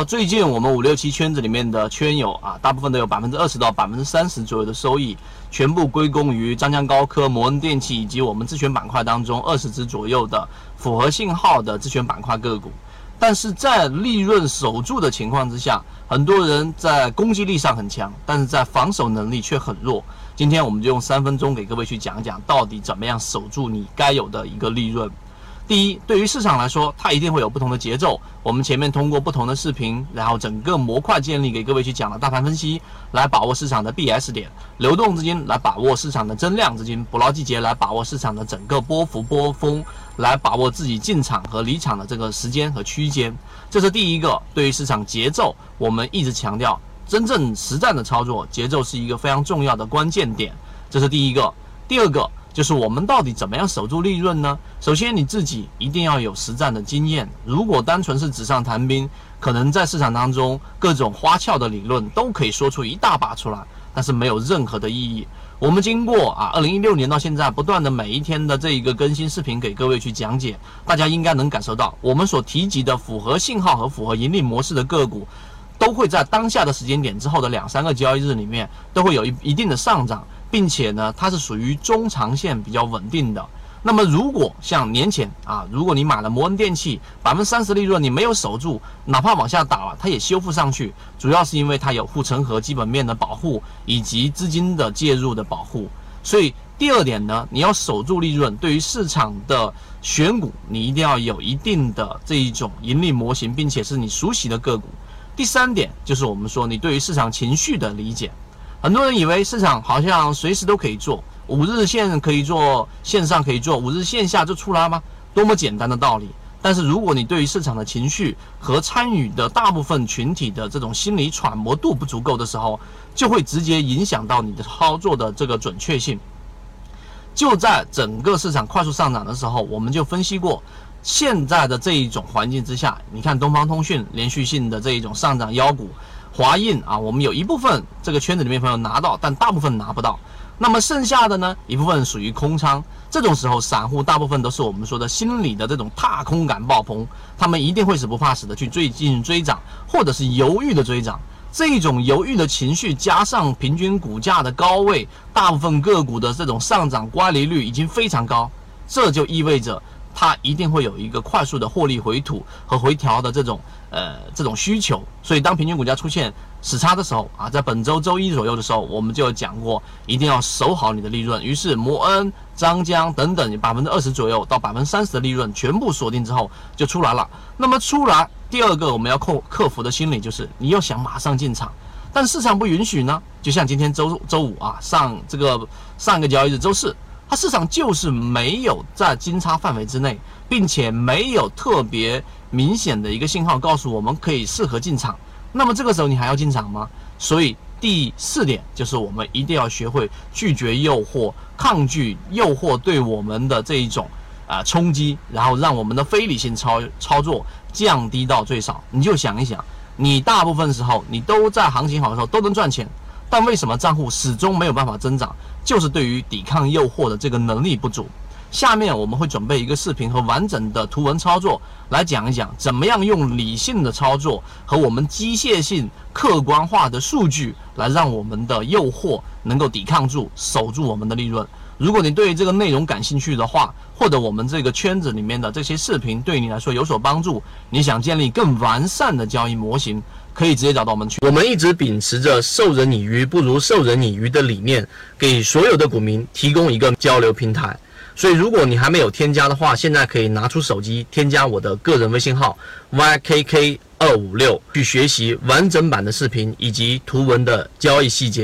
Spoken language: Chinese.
最近我们567圈子里面的圈友啊，大部分都有20%到30%左右的收益，全部归功于张江高科、摩恩电器以及我们自选板块当中20只左右的符合信号的自选板块个股。但是在利润守住的情况之下，很多人在攻击力上很强，但是在防守能力却很弱。今天我们就用3分钟给各位去讲讲，到底怎么样守住你该有的一个利润。第一，对于市场来说，它一定会有不同的节奏。我们前面通过不同的视频，然后整个模块建立给各位去讲了大盘分析，来把握市场的 BS 点，流动资金来把握市场的增量资金，捕捞季节来把握市场的整个波幅波峰，来把握自己进场和离场的这个时间和区间。这是第一个，对于市场节奏，我们一直强调，真正实战的操作节奏是一个非常重要的关键点。这是第一个。第二个，就是我们到底怎么样守住利润呢？首先你自己一定要有实战的经验，如果单纯是纸上谈兵，可能在市场当中各种花俏的理论都可以说出一大把出来，但是没有任何的意义。我们经过2016年到现在不断的每一天的这一个更新视频给各位去讲解，大家应该能感受到，我们所提及的符合信号和符合盈利模式的个股，都会在当下的时间点之后的2-3个交易日里面都会有一定的上涨，并且呢，它是属于中长线比较稳定的。那么如果像年前如果你买了摩恩电器30%利润，你没有守住，哪怕往下打了，它也修复上去，主要是因为它有护城河基本面的保护以及资金的介入的保护。所以第二点呢，你要守住利润，对于市场的选股，你一定要有一定的这一种盈利模型，并且是你熟悉的个股。第三点就是我们说你对于市场情绪的理解。很多人以为市场好像随时都可以做，5日线可以做，线上可以做，5日线下就出来吗？多么简单的道理。但是如果你对于市场的情绪和参与的大部分群体的这种心理揣摩度不足够的时候，就会直接影响到你的操作的这个准确性。就在整个市场快速上涨的时候，我们就分析过，现在的这一种环境之下，你看东方通讯连续性的这一种上涨妖股，华映我们有一部分这个圈子里面朋友拿到，但大部分拿不到。那么剩下的呢，一部分属于空仓。这种时候，散户大部分都是我们说的心理的这种踏空感爆棚，他们一定会死不怕死的去进行追涨，或者是犹豫的追涨。这种犹豫的情绪加上平均股价的高位，大部分个股的这种上涨乖离率已经非常高，这就意味着它一定会有一个快速的获利回吐和回调的这种需求。所以当平均股价出现死叉的时候在本周周一左右的时候，我们就有讲过，一定要守好你的利润。于是摩恩、张江等等20%左右到30%的利润全部锁定之后就出来了。那么出来，第二个我们要克服的心理就是你又想马上进场，但市场不允许呢。就像今天周五上一个交易日周四，它市场就是没有在金叉范围之内，并且没有特别明显的一个信号告诉我们可以适合进场。那么这个时候你还要进场吗？所以第4点就是我们一定要学会拒绝诱惑，抗拒诱惑对我们的这一种冲击，然后让我们的非理性操作降低到最少。你就想一想，你大部分时候你都在行情好的时候都能赚钱，但为什么账户始终没有办法增长？就是对于抵抗诱惑的这个能力不足。下面我们会准备一个视频和完整的图文操作，来讲一讲怎么样用理性的操作和我们机械性客观化的数据，来让我们的诱惑能够抵抗住，守住我们的利润。如果你对这个内容感兴趣的话，或者我们这个圈子里面的这些视频对你来说有所帮助，你想建立更完善的交易模型，可以直接找到我们去。我们一直秉持着授人以鱼不如授人以渔的理念，给所有的股民提供一个交流平台。所以如果你还没有添加的话，现在可以拿出手机添加我的个人微信号 YKK256，去学习完整版的视频以及图文的交易细节。